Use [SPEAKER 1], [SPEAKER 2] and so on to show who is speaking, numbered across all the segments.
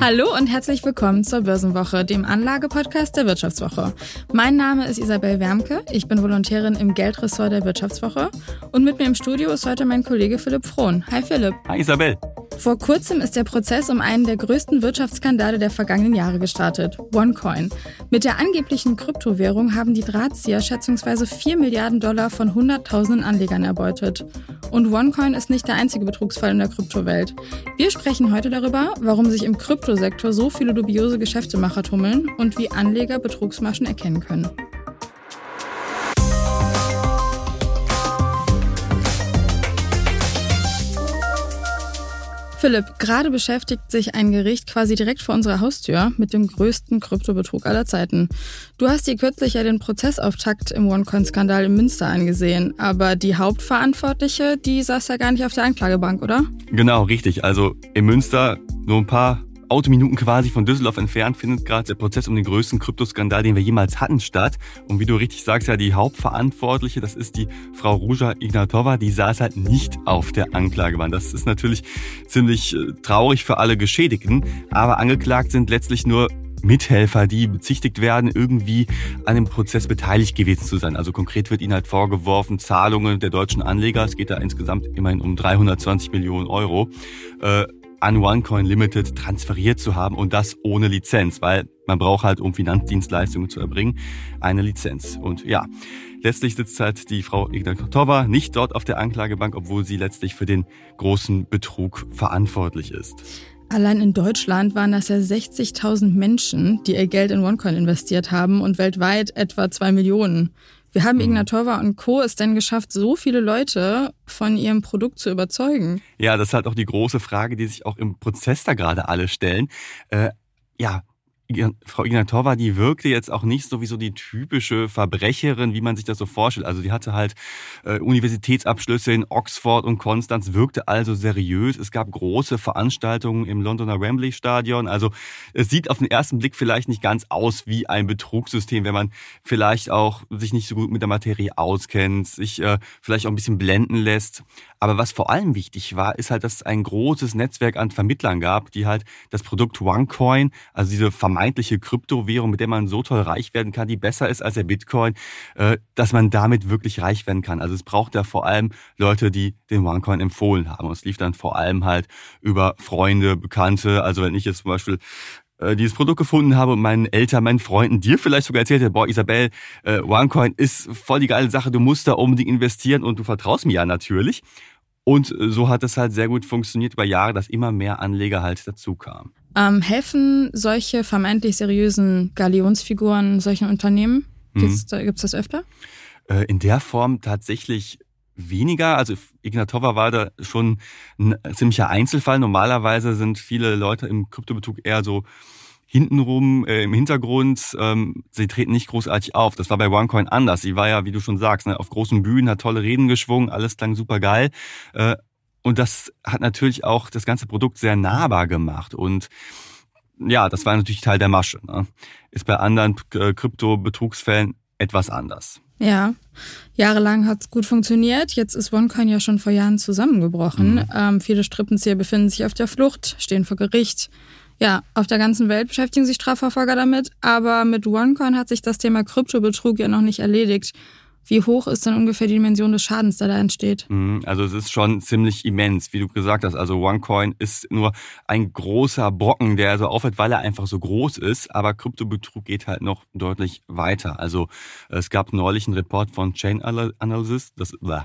[SPEAKER 1] Hallo und herzlich willkommen zur Börsenwoche, dem Anlagepodcast der Wirtschaftswoche. Mein Name ist Isabel Wermke, ich bin Volontärin im Geldressort der Wirtschaftswoche und mit mir im Studio ist heute mein Kollege Philipp Frohn. Hi Philipp.
[SPEAKER 2] Hi Isabel.
[SPEAKER 1] Vor kurzem ist der Prozess um einen der größten Wirtschaftsskandale der vergangenen Jahre gestartet, OneCoin. Mit der angeblichen Kryptowährung haben die Drahtzieher schätzungsweise $4 Milliarden von hunderttausenden Anlegern erbeutet. Und OneCoin ist nicht der einzige Betrugsfall in der Kryptowelt. Wir sprechen heute darüber, warum sich im Kryptosektor so viele dubiose Geschäftemacher tummeln und wie Anleger Betrugsmaschen erkennen können. Philipp, gerade beschäftigt sich ein Gericht quasi direkt vor unserer Haustür mit dem größten Kryptobetrug aller Zeiten. Du hast dir kürzlich ja den Prozessauftakt im OneCoin-Skandal in Münster angesehen, aber die Hauptverantwortliche, die saß ja gar nicht auf der Anklagebank, oder?
[SPEAKER 2] Genau, richtig. Also in Münster, nur ein paar Autominuten quasi von Düsseldorf entfernt, findet gerade der Prozess um den größten Kryptoskandal, den wir jemals hatten, statt. Und wie du richtig sagst, ja, die Hauptverantwortliche, das ist die Frau Ruja Ignatova, die saß halt nicht auf der Anklagebank. Das ist natürlich ziemlich traurig für alle Geschädigten, aber angeklagt sind letztlich nur Mithelfer, die bezichtigt werden, irgendwie an dem Prozess beteiligt gewesen zu sein. Also konkret wird ihnen halt vorgeworfen, Zahlungen der deutschen Anleger, es geht da insgesamt immerhin um 320 Millionen Euro, an OneCoin Limited transferiert zu haben und das ohne Lizenz, weil man braucht halt, um Finanzdienstleistungen zu erbringen, eine Lizenz. Und ja, letztlich sitzt halt die Frau Ignatova nicht dort auf der Anklagebank, obwohl sie letztlich für den großen Betrug verantwortlich ist.
[SPEAKER 1] Allein in Deutschland waren das ja 60.000 Menschen, die ihr Geld in OneCoin investiert haben und weltweit etwa 2 Millionen. Wie haben Ignatova und Co. es denn geschafft, so viele Leute von ihrem Produkt zu überzeugen?
[SPEAKER 2] Ja, das ist halt auch die große Frage, die sich auch im Prozess da gerade alle stellen. Frau Ignatova, die wirkte jetzt auch nicht so wie so die typische Verbrecherin, wie man sich das so vorstellt. Also die hatte halt Universitätsabschlüsse in Oxford und Konstanz, wirkte also seriös. Es gab große Veranstaltungen im Londoner Wembley Stadion. Also es sieht auf den ersten Blick vielleicht nicht ganz aus wie ein Betrugssystem, wenn man vielleicht auch sich nicht so gut mit der Materie auskennt, sich vielleicht auch ein bisschen blenden lässt. Aber was vor allem wichtig war, ist halt, dass es ein großes Netzwerk an Vermittlern gab, die halt das Produkt OneCoin, also diese vermeintliche Kryptowährung, mit der man so toll reich werden kann, die besser ist als der Bitcoin, dass man damit wirklich reich werden kann. Also es braucht ja vor allem Leute, die den OneCoin empfohlen haben. Und es lief dann vor allem halt über Freunde, Bekannte. Also wenn ich jetzt zum Beispiel dieses Produkt gefunden habe und meinen Eltern, meinen Freunden, dir vielleicht sogar erzählt hätte, boah Isabel, OneCoin ist voll die geile Sache, du musst da unbedingt investieren und du vertraust mir ja natürlich. Und so hat es halt sehr gut funktioniert über Jahre, dass immer mehr Anleger halt dazu kamen.
[SPEAKER 1] Helfen solche vermeintlich seriösen Galionsfiguren solchen Unternehmen? Gibt's das öfter?
[SPEAKER 2] In der Form tatsächlich weniger. Also Ignatova war da schon ein ziemlicher Einzelfall. Normalerweise sind viele Leute im Kryptobetrug eher so hintenrum, im Hintergrund, sie treten nicht großartig auf. Das war bei OneCoin anders. Sie war ja, wie du schon sagst, auf großen Bühnen, hat tolle Reden geschwungen, alles klang super geil. Und das hat natürlich auch das ganze Produkt sehr nahbar gemacht. Und ja, das war natürlich Teil der Masche. Ne? Ist bei anderen Krypto-Betrugsfällen etwas anders.
[SPEAKER 1] Ja, jahrelang hat es gut funktioniert. Jetzt ist OneCoin ja schon vor Jahren zusammengebrochen. Viele Strippenzieher befinden sich auf der Flucht, stehen vor Gericht. Ja, auf der ganzen Welt beschäftigen sich Strafverfolger damit, aber mit OneCoin hat sich das Thema Kryptobetrug ja noch nicht erledigt. Wie hoch ist denn ungefähr die Dimension des Schadens, der da entsteht?
[SPEAKER 2] Also es ist schon ziemlich immens, wie du gesagt hast. Also OneCoin ist nur ein großer Brocken, der so auffällt, weil er einfach so groß ist. Aber Kryptobetrug geht halt noch deutlich weiter. Also es gab neulich einen Report von Chain Analysis,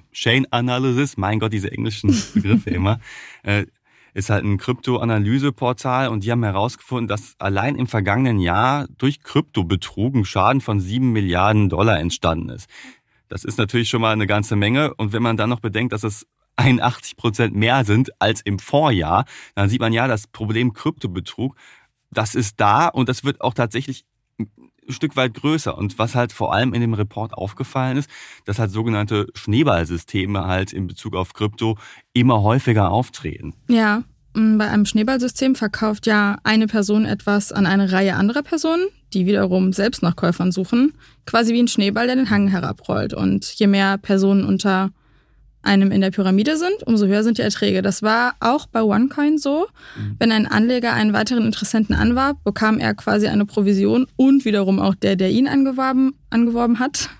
[SPEAKER 2] mein Gott, diese englischen Begriffe immer. Ist halt ein Kryptoanalyseportal und die haben herausgefunden, dass allein im vergangenen Jahr durch Kryptobetrug ein Schaden von $7 Milliarden entstanden ist. Das ist natürlich schon mal eine ganze Menge und wenn man dann noch bedenkt, dass es 81% mehr sind als im Vorjahr, dann sieht man ja, das Problem Kryptobetrug, das ist da und das wird auch tatsächlich ein Stück weit größer. Und was halt vor allem in dem Report aufgefallen ist, dass halt sogenannte Schneeballsysteme halt in Bezug auf Krypto immer häufiger auftreten.
[SPEAKER 1] Ja, bei einem Schneeballsystem verkauft ja eine Person etwas an eine Reihe anderer Personen, die wiederum selbst nach Käufern suchen. Quasi wie ein Schneeball, der den Hang herabrollt. Und je mehr Personen unter einem in der Pyramide sind, umso höher sind die Erträge. Das war auch bei OneCoin so. Wenn ein Anleger einen weiteren Interessenten anwarb, bekam er quasi eine Provision und wiederum auch der ihn angeworben hat.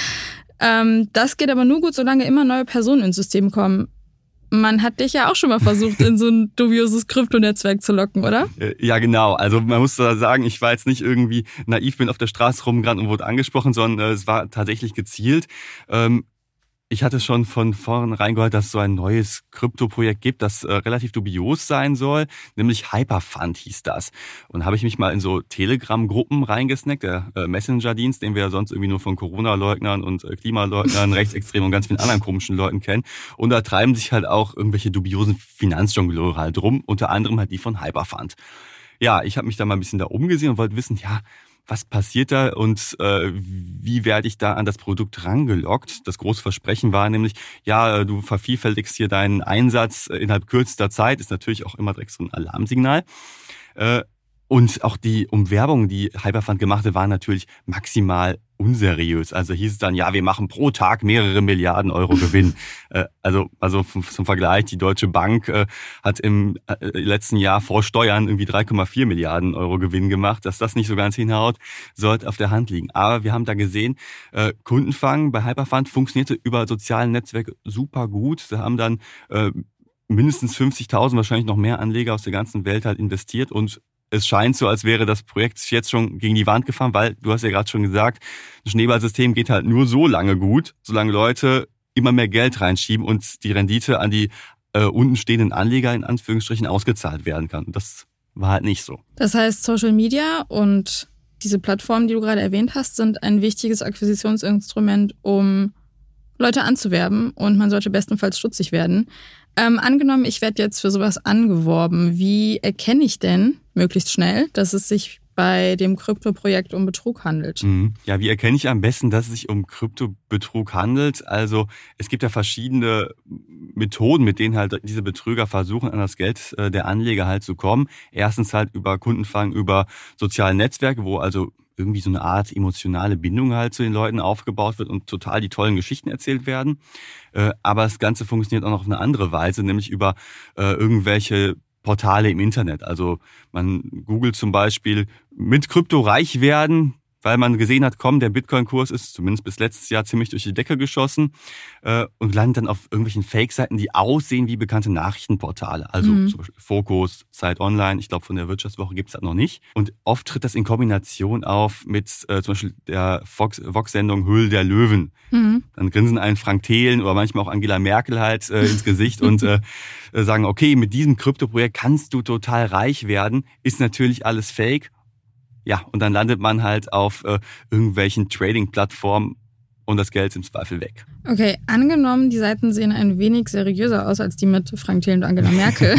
[SPEAKER 1] Das geht aber nur gut, solange immer neue Personen ins System kommen. Man hat dich ja auch schon mal versucht, in so ein dubioses Kryptonetzwerk zu locken, oder?
[SPEAKER 2] Ja, genau. Also man muss da sagen, ich war jetzt nicht irgendwie naiv, bin auf der Straße rumgerannt und wurde angesprochen, sondern es war tatsächlich gezielt. Ich hatte schon von vornherein gehört, dass es so ein neues Krypto-Projekt gibt, das relativ dubios sein soll, nämlich Hyperfund hieß das. Und habe ich mich mal in so Telegram-Gruppen reingesnackt, der Messenger-Dienst, den wir ja sonst irgendwie nur von Corona-Leugnern und Klimaleugnern, Rechtsextremen und ganz vielen anderen komischen Leuten kennen. Und da treiben sich halt auch irgendwelche dubiosen Finanzjongleure halt rum, unter anderem halt die von Hyperfund. Ja, ich habe mich da mal ein bisschen da umgesehen und wollte wissen, ja, was passiert da und wie werde ich da an das Produkt rangelockt? Das große Versprechen war nämlich, ja, du vervielfältigst hier deinen Einsatz innerhalb kürzester Zeit, ist natürlich auch immer direkt so ein Alarmsignal. Und auch die Umwerbung, die Hyperfund gemacht hat, war natürlich maximal unseriös. Also hieß es dann, ja, wir machen pro Tag mehrere Milliarden Euro Gewinn. Also zum Vergleich, die Deutsche Bank hat im letzten Jahr vor Steuern irgendwie 3,4 Milliarden Euro Gewinn gemacht. Dass das nicht so ganz hinhaut, sollte auf der Hand liegen. Aber wir haben da gesehen, Kundenfang bei Hyperfund funktionierte über sozialen Netzwerke super gut. Da haben dann mindestens 50.000, wahrscheinlich noch mehr Anleger aus der ganzen Welt halt investiert und es scheint so, als wäre das Projekt jetzt schon gegen die Wand gefahren, weil, du hast ja gerade schon gesagt, ein Schneeballsystem geht halt nur so lange gut, solange Leute immer mehr Geld reinschieben und die Rendite an die unten stehenden Anleger in Anführungsstrichen ausgezahlt werden kann. Und das war halt nicht so.
[SPEAKER 1] Das heißt, Social Media und diese Plattformen, die du gerade erwähnt hast, sind ein wichtiges Akquisitionsinstrument, um Leute anzuwerben und man sollte bestenfalls stutzig werden. Angenommen, ich werde jetzt für sowas angeworben. Wie erkenne ich denn möglichst schnell, dass es sich bei dem Kryptoprojekt um Betrug handelt?
[SPEAKER 2] Ja, wie erkenne ich am besten, dass es sich um Kryptobetrug handelt? Also es gibt ja verschiedene Methoden, mit denen halt diese Betrüger versuchen, an das Geld der Anleger halt zu kommen. Erstens halt über Kundenfang, über soziale Netzwerke, wo also irgendwie so eine Art emotionale Bindung halt zu den Leuten aufgebaut wird und total die tollen Geschichten erzählt werden. Aber das Ganze funktioniert auch noch auf eine andere Weise, nämlich über irgendwelche Portale im Internet. Also man googelt zum Beispiel mit Krypto reich werden, weil man gesehen hat, komm, der Bitcoin-Kurs ist zumindest bis letztes Jahr ziemlich durch die Decke geschossen und landet dann auf irgendwelchen Fake-Seiten, die aussehen wie bekannte Nachrichtenportale. Also zum Beispiel Focus, Zeit Online, ich glaube von der Wirtschaftswoche gibt es das noch nicht. Und oft tritt das in Kombination auf mit zum Beispiel der Vox-Sendung Höhle der Löwen. Dann grinsen einen Frank Thelen oder manchmal auch Angela Merkel halt ins Gesicht und sagen, okay, mit diesem Kryptoprojekt kannst du total reich werden, ist natürlich alles Fake. Ja, und dann landet man halt auf irgendwelchen Trading-Plattformen und das Geld ist im Zweifel weg.
[SPEAKER 1] Okay, angenommen, die Seiten sehen ein wenig seriöser aus als die mit Frank Thelen und Angela Merkel.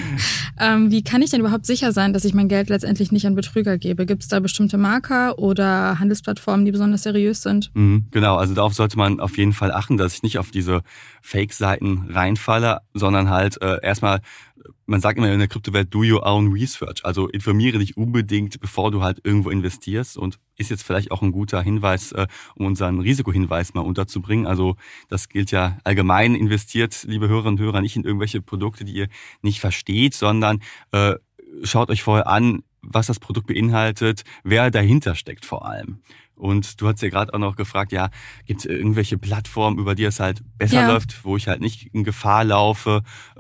[SPEAKER 1] Wie kann ich denn überhaupt sicher sein, dass ich mein Geld letztendlich nicht an Betrüger gebe? Gibt es da bestimmte Marker oder Handelsplattformen, die besonders seriös sind?
[SPEAKER 2] Genau, also darauf sollte man auf jeden Fall achten, dass ich nicht auf diese Fake-Seiten reinfalle, sondern halt erstmal, man sagt immer in der Kryptowelt, do your own research. Also informiere dich unbedingt, bevor du halt irgendwo investierst und ist jetzt vielleicht auch ein guter Hinweis, um unseren Risikohinweis mal unterzubringen. Also das gilt ja allgemein, investiert, liebe Hörerinnen und Hörer, nicht in irgendwelche Produkte, die ihr nicht versteht, sondern schaut euch vorher an, was das Produkt beinhaltet, wer dahinter steckt vor allem. Und du hast ja gerade auch noch gefragt, ja, gibt es irgendwelche Plattformen, über die es halt besser läuft, wo ich halt nicht in Gefahr laufe,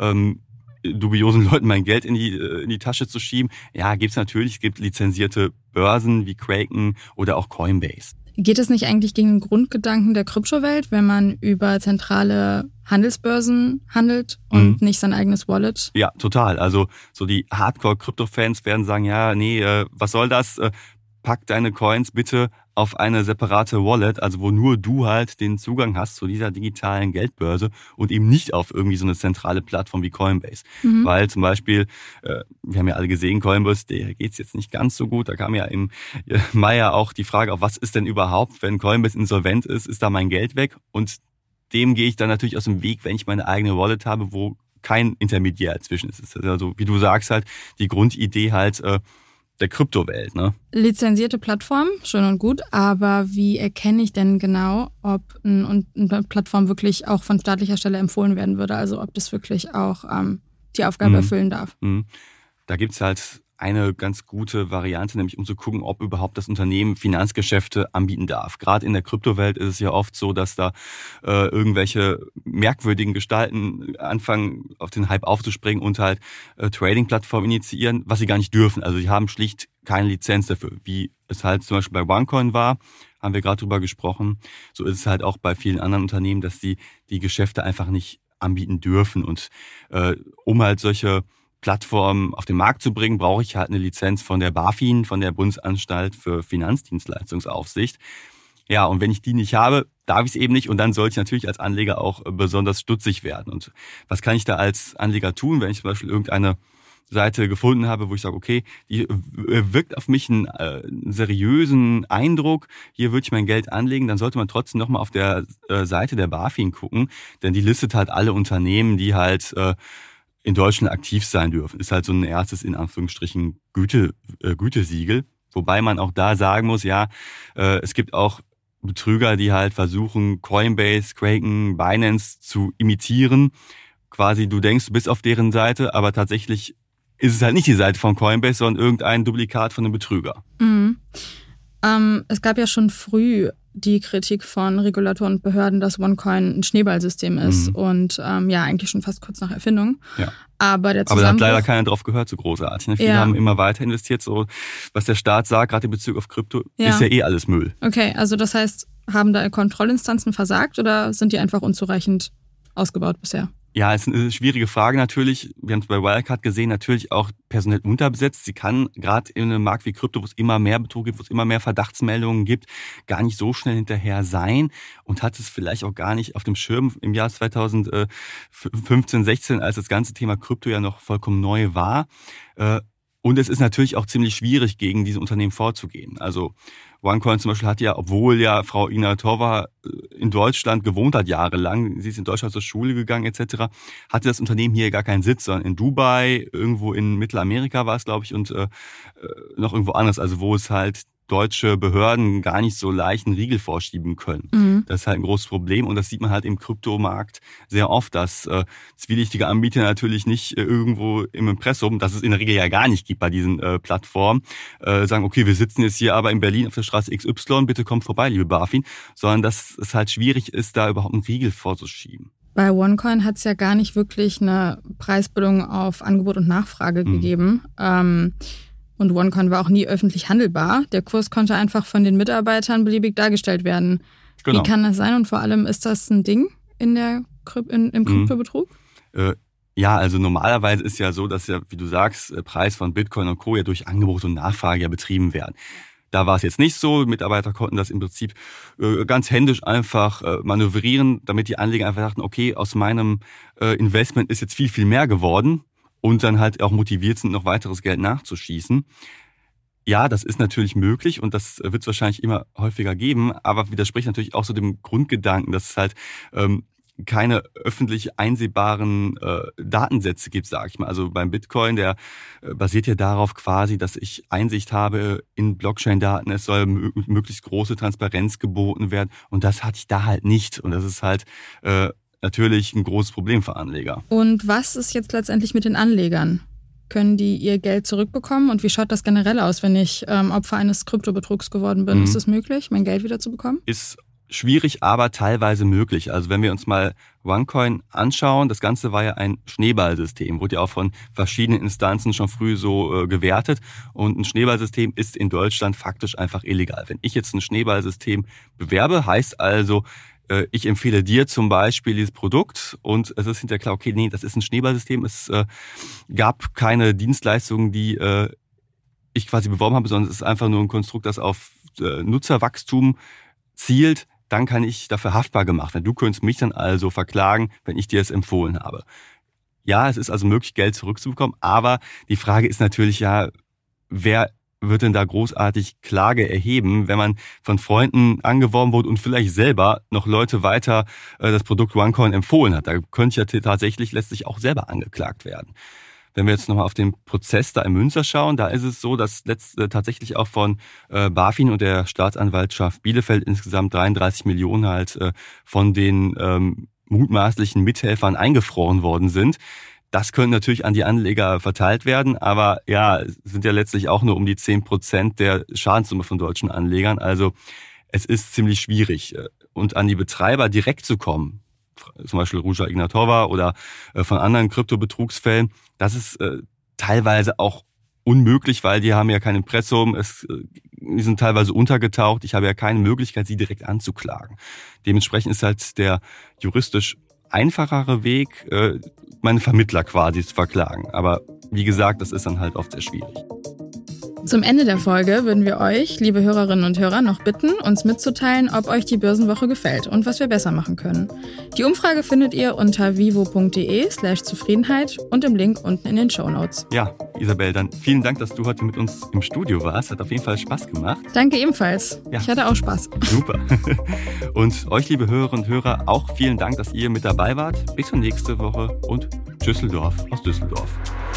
[SPEAKER 2] dubiosen Leuten mein Geld in die Tasche zu schieben? Ja, gibt's natürlich. Es gibt lizenzierte Börsen wie Kraken oder auch Coinbase.
[SPEAKER 1] Geht es nicht eigentlich gegen den Grundgedanken der Kryptowelt, wenn man über zentrale Handelsbörsen handelt und nicht sein eigenes Wallet?
[SPEAKER 2] Ja, total. Also so die Hardcore-Krypto-Fans werden sagen, ja, nee, was soll das? Pack deine Coins bitte auf eine separate Wallet, also wo nur du halt den Zugang hast zu dieser digitalen Geldbörse und eben nicht auf irgendwie so eine zentrale Plattform wie Coinbase. Weil zum Beispiel, wir haben ja alle gesehen, Coinbase, der geht's jetzt nicht ganz so gut. Da kam ja im Mai ja auch die Frage auf, was ist denn überhaupt, wenn Coinbase insolvent ist da mein Geld weg? Und dem gehe ich dann natürlich aus dem Weg, wenn ich meine eigene Wallet habe, wo kein Intermediär zwischen ist. Also wie du sagst halt, die Grundidee halt, der Kryptowelt, ne?
[SPEAKER 1] Lizenzierte Plattform, schön und gut, aber wie erkenne ich denn genau, ob eine Plattform wirklich auch von staatlicher Stelle empfohlen werden würde? Also ob das wirklich auch die Aufgabe erfüllen darf?
[SPEAKER 2] Da gibt's halt eine ganz gute Variante, nämlich um zu gucken, ob überhaupt das Unternehmen Finanzgeschäfte anbieten darf. Gerade in der Kryptowelt ist es ja oft so, dass da irgendwelche merkwürdigen Gestalten anfangen, auf den Hype aufzuspringen und halt Trading-Plattformen initiieren, was sie gar nicht dürfen. Also sie haben schlicht keine Lizenz dafür. Wie es halt zum Beispiel bei OneCoin war, haben wir gerade drüber gesprochen. So ist es halt auch bei vielen anderen Unternehmen, dass die Geschäfte einfach nicht anbieten dürfen. Und um halt solche Plattformen auf den Markt zu bringen, brauche ich halt eine Lizenz von der BaFin, von der Bundesanstalt für Finanzdienstleistungsaufsicht. Ja, und wenn ich die nicht habe, darf ich es eben nicht. Und dann sollte ich natürlich als Anleger auch besonders stutzig werden. Und was kann ich da als Anleger tun, wenn ich zum Beispiel irgendeine Seite gefunden habe, wo ich sage, okay, die wirkt auf mich einen seriösen Eindruck, hier würde ich mein Geld anlegen, dann sollte man trotzdem nochmal auf der Seite der BaFin gucken, denn die listet halt alle Unternehmen, die halt in Deutschland aktiv sein dürfen. Ist halt so ein erstes, in Anführungsstrichen, Gütesiegel. Wobei man auch da sagen muss, ja, es gibt auch Betrüger, die halt versuchen, Coinbase, Kraken, Binance zu imitieren. Quasi, du denkst, du bist auf deren Seite, aber tatsächlich ist es halt nicht die Seite von Coinbase, sondern irgendein Duplikat von einem Betrüger.
[SPEAKER 1] Es gab ja schon früh die Kritik von Regulatoren und Behörden, dass OneCoin ein Schneeballsystem ist und eigentlich schon fast kurz nach Erfindung.
[SPEAKER 2] Ja.
[SPEAKER 1] Aber da
[SPEAKER 2] hat leider keiner drauf gehört, so großartig. Ne? Viele haben immer weiter investiert, so was der Staat sagt, gerade in Bezug auf Krypto, ist ja eh alles Müll.
[SPEAKER 1] Okay, also das heißt, haben da Kontrollinstanzen versagt oder sind die einfach unzureichend ausgebaut bisher?
[SPEAKER 2] Ja, es ist eine schwierige Frage natürlich. Wir haben es bei Wirecard gesehen, natürlich auch personell unterbesetzt. Sie kann gerade in einem Markt wie Krypto, wo es immer mehr Betrug gibt, wo es immer mehr Verdachtsmeldungen gibt, gar nicht so schnell hinterher sein und hat es vielleicht auch gar nicht auf dem Schirm im Jahr 2015, 16, als das ganze Thema Krypto ja noch vollkommen neu war. Und es ist natürlich auch ziemlich schwierig, gegen diese Unternehmen vorzugehen. Also OneCoin zum Beispiel hat ja, obwohl ja Frau Ignatova in Deutschland gewohnt hat jahrelang, sie ist in Deutschland zur Schule gegangen etc., hatte das Unternehmen hier gar keinen Sitz, sondern in Dubai, irgendwo in Mittelamerika war es, glaube ich, und noch irgendwo anders, also wo es halt deutsche Behörden gar nicht so leicht einen Riegel vorschieben können. Das ist halt ein großes Problem und das sieht man halt im Kryptomarkt sehr oft, dass zwielichtige Anbieter natürlich nicht irgendwo im Impressum, das es in der Regel ja gar nicht gibt bei diesen Plattformen, sagen, okay, wir sitzen jetzt hier aber in Berlin auf der Straße XY, bitte kommt vorbei, liebe BaFin, sondern dass es halt schwierig ist, da überhaupt einen Riegel vorzuschieben.
[SPEAKER 1] Bei OneCoin hat es ja gar nicht wirklich eine Preisbildung auf Angebot und Nachfrage gegeben. Und OneCoin war auch nie öffentlich handelbar. Der Kurs konnte einfach von den Mitarbeitern beliebig dargestellt werden. Genau. Wie kann das sein? Und vor allem, ist das ein Ding im Kryptobetrug?
[SPEAKER 2] Ja, also normalerweise ist ja so, dass ja, wie du sagst, Preis von Bitcoin und Co. ja durch Angebot und Nachfrage ja betrieben werden. Da war es jetzt nicht so. Mitarbeiter konnten das im Prinzip ganz händisch einfach manövrieren, damit die Anleger einfach dachten, okay, aus meinem Investment ist jetzt viel, viel mehr geworden. Und dann halt auch motiviert sind, noch weiteres Geld nachzuschießen. Ja, das ist natürlich möglich und das wird es wahrscheinlich immer häufiger geben, aber widerspricht natürlich auch so dem Grundgedanken, dass es halt keine öffentlich einsehbaren Datensätze gibt, sage ich mal. Also beim Bitcoin, der basiert ja darauf quasi, dass ich Einsicht habe in Blockchain-Daten, es soll möglichst große Transparenz geboten werden und das hatte ich da halt nicht und das ist halt natürlich ein großes Problem für Anleger.
[SPEAKER 1] Und was ist jetzt letztendlich mit den Anlegern? Können die ihr Geld zurückbekommen? Und wie schaut das generell aus, wenn ich Opfer eines Kryptobetrugs geworden bin? Ist es möglich, mein Geld wieder zu bekommen?
[SPEAKER 2] Ist schwierig, aber teilweise möglich. Also wenn wir uns mal OneCoin anschauen, das Ganze war ja ein Schneeballsystem, wurde ja auch von verschiedenen Instanzen schon früh so gewertet. Und ein Schneeballsystem ist in Deutschland faktisch einfach illegal. Wenn ich jetzt ein Schneeballsystem bewerbe, heißt also, ich empfehle dir zum Beispiel dieses Produkt und es ist hinterher klar, okay, nee, das ist ein Schneeballsystem. Es gab keine Dienstleistungen, die ich quasi beworben habe, sondern es ist einfach nur ein Konstrukt, das auf Nutzerwachstum zielt. Dann kann ich dafür haftbar gemacht werden. Du könntest mich dann also verklagen, wenn ich dir es empfohlen habe. Ja, es ist also möglich, Geld zurückzubekommen, aber die Frage ist natürlich ja, wer wird denn da großartig Klage erheben, wenn man von Freunden angeworben wurde und vielleicht selber noch Leute weiter das Produkt OneCoin empfohlen hat. Da könnte ja tatsächlich letztlich auch selber angeklagt werden. Wenn wir jetzt nochmal auf den Prozess da in Münster schauen, da ist es so, dass tatsächlich auch von BaFin und der Staatsanwaltschaft Bielefeld insgesamt 33 Millionen halt von den mutmaßlichen Mithelfern eingefroren worden sind. Das könnte natürlich an die Anleger verteilt werden, aber ja, es sind ja letztlich auch nur um die 10% der Schadenssumme von deutschen Anlegern. Also es ist ziemlich schwierig. Und an die Betreiber direkt zu kommen, zum Beispiel Ruja Ignatova oder von anderen Kryptobetrugsfällen, das ist teilweise auch unmöglich, weil die haben ja kein Impressum, die sind teilweise untergetaucht, ich habe ja keine Möglichkeit, sie direkt anzuklagen. Dementsprechend ist halt der juristisch einfachere Weg, meine Vermittler quasi zu verklagen. Aber wie gesagt, das ist dann halt oft sehr schwierig.
[SPEAKER 1] Zum Ende der Folge würden wir euch, liebe Hörerinnen und Hörer, noch bitten, uns mitzuteilen, ob euch die Börsenwoche gefällt und was wir besser machen können. Die Umfrage findet ihr unter vivo.de/Zufriedenheit und im Link unten in den Shownotes.
[SPEAKER 2] Ja, Isabel, dann vielen Dank, dass du heute mit uns im Studio warst. Hat auf jeden Fall Spaß gemacht.
[SPEAKER 1] Danke ebenfalls.
[SPEAKER 2] Ja.
[SPEAKER 1] Ich hatte auch Spaß.
[SPEAKER 2] Super. Und euch, liebe Hörerinnen und Hörer, auch vielen Dank, dass ihr mit dabei wart. Bis zur nächsten Woche und Düsseldorf aus Düsseldorf.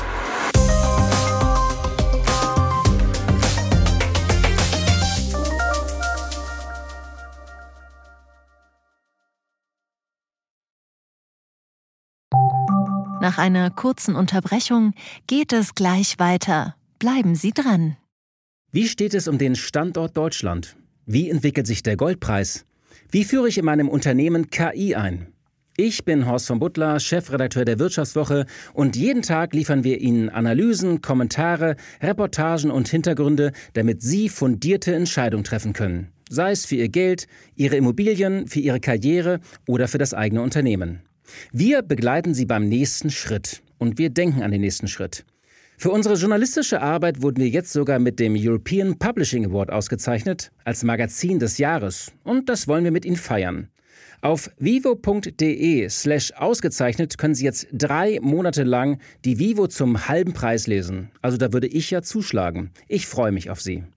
[SPEAKER 3] Nach einer kurzen Unterbrechung geht es gleich weiter. Bleiben Sie dran.
[SPEAKER 4] Wie steht es um den Standort Deutschland? Wie entwickelt sich der Goldpreis? Wie führe ich in meinem Unternehmen KI ein? Ich bin Horst von Butler, Chefredakteur der Wirtschaftswoche und jeden Tag liefern wir Ihnen Analysen, Kommentare, Reportagen und Hintergründe, damit Sie fundierte Entscheidungen treffen können. Sei es für Ihr Geld, Ihre Immobilien, für Ihre Karriere oder für das eigene Unternehmen. Wir begleiten Sie beim nächsten Schritt und wir denken an den nächsten Schritt. Für unsere journalistische Arbeit wurden wir jetzt sogar mit dem European Publishing Award ausgezeichnet als Magazin des Jahres und das wollen wir mit Ihnen feiern. Auf vivo.de/ausgezeichnet können Sie jetzt 3 Monate lang die Vivo zum halben Preis lesen. Also da würde ich ja zuschlagen. Ich freue mich auf Sie.